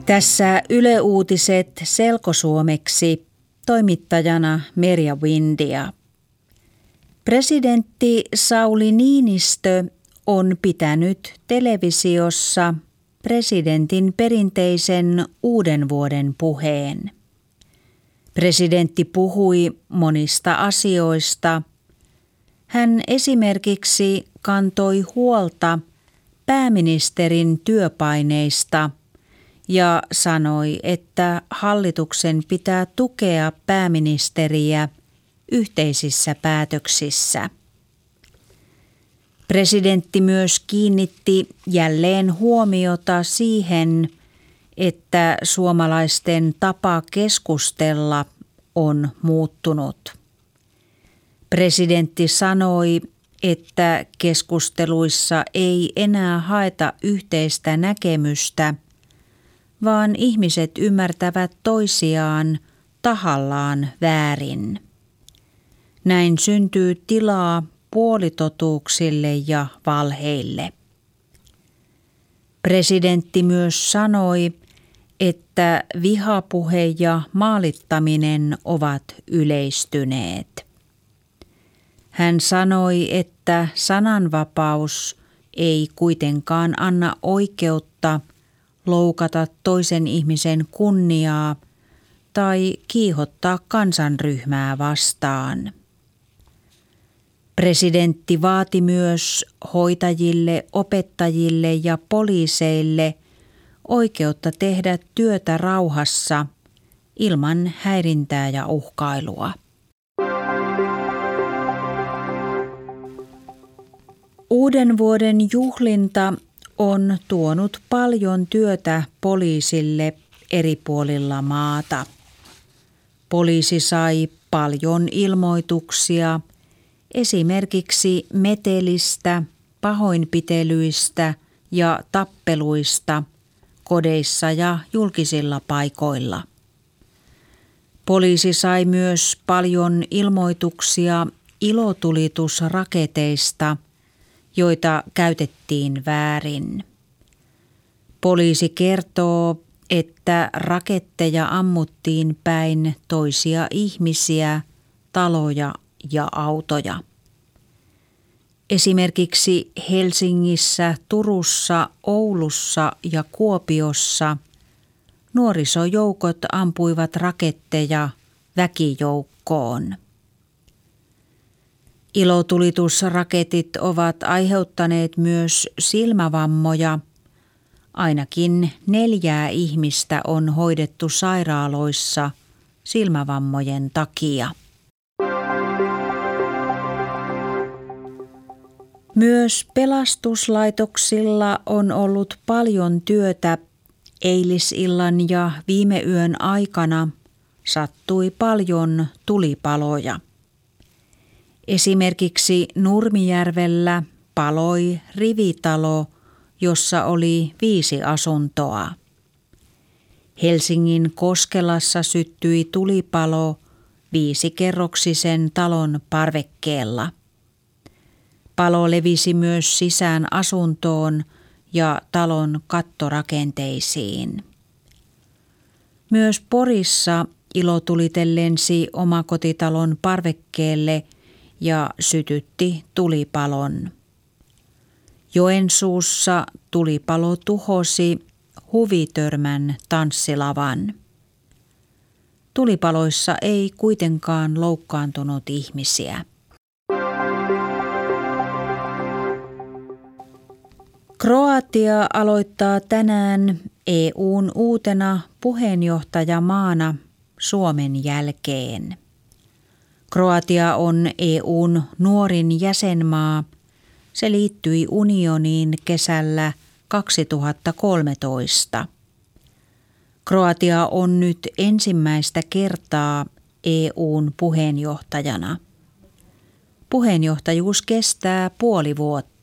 Tässä Yle Uutiset selkosuomeksi, toimittajana Merja Windia. Presidentti Sauli Niinistö on pitänyt televisiossa presidentin perinteisen uuden vuoden puheen. Presidentti puhui monista asioista. Hän esimerkiksi kantoi huolta pääministerin työpaineista ja sanoi, että hallituksen pitää tukea pääministeriä yhteisissä päätöksissä. Presidentti myös kiinnitti jälleen huomiota siihen, että suomalaisten tapa keskustella on muuttunut. Presidentti sanoi, että keskusteluissa ei enää haeta yhteistä näkemystä, vaan ihmiset ymmärtävät toisiaan tahallaan väärin. Näin syntyy tilaa puolitotuuksille ja valheille. Presidentti myös sanoi, että vihapuhe ja maalittaminen ovat yleistyneet. Hän sanoi, että sananvapaus ei kuitenkaan anna oikeutta loukata toisen ihmisen kunniaa tai kiihottaa kansanryhmää vastaan. Presidentti vaati myös hoitajille, opettajille ja poliiseille oikeutta tehdä työtä rauhassa ilman häirintää ja uhkailua. Uuden vuoden juhlinta on tuonut paljon työtä poliisille eri puolilla maata. Poliisi sai paljon ilmoituksia esimerkiksi metelistä, pahoinpitelyistä ja tappeluista kodeissa ja julkisilla paikoilla. Poliisi sai myös paljon ilmoituksia ilotulitusraketeista, joita käytettiin väärin. Poliisi kertoo, että raketteja ammuttiin päin toisia ihmisiä, taloja ja autoja. Esimerkiksi Helsingissä, Turussa, Oulussa ja Kuopiossa nuorisojoukot ampuivat raketteja väkijoukkoon. Ilotulitusraketit ovat aiheuttaneet myös silmävammoja. Ainakin 4 ihmistä on hoidettu sairaaloissa silmävammojen takia. Myös pelastuslaitoksilla on ollut paljon työtä. Eilisillan ja viime yön aikana sattui paljon tulipaloja. Esimerkiksi Nurmijärvellä paloi rivitalo, jossa oli 5 asuntoa. Helsingin Koskelassa syttyi tulipalo 5-kerroksisen talon parvekkeella. Palo levisi myös sisään asuntoon ja talon kattorakenteisiin. Myös Porissa ilotulite lensi omakotitalon parvekkeelle ja sytytti tulipalon. Joensuussa tulipalo tuhosi Huvitörmän tanssilavan. Tulipaloissa ei kuitenkaan loukkaantunut ihmisiä. Kroatia aloittaa tänään EU:n uutena puheenjohtajamaana Suomen jälkeen. Kroatia on EU:n nuorin jäsenmaa. Se liittyi unioniin kesällä 2013. Kroatia on nyt ensimmäistä kertaa EU:n puheenjohtajana. Puheenjohtajuus kestää puoli vuotta.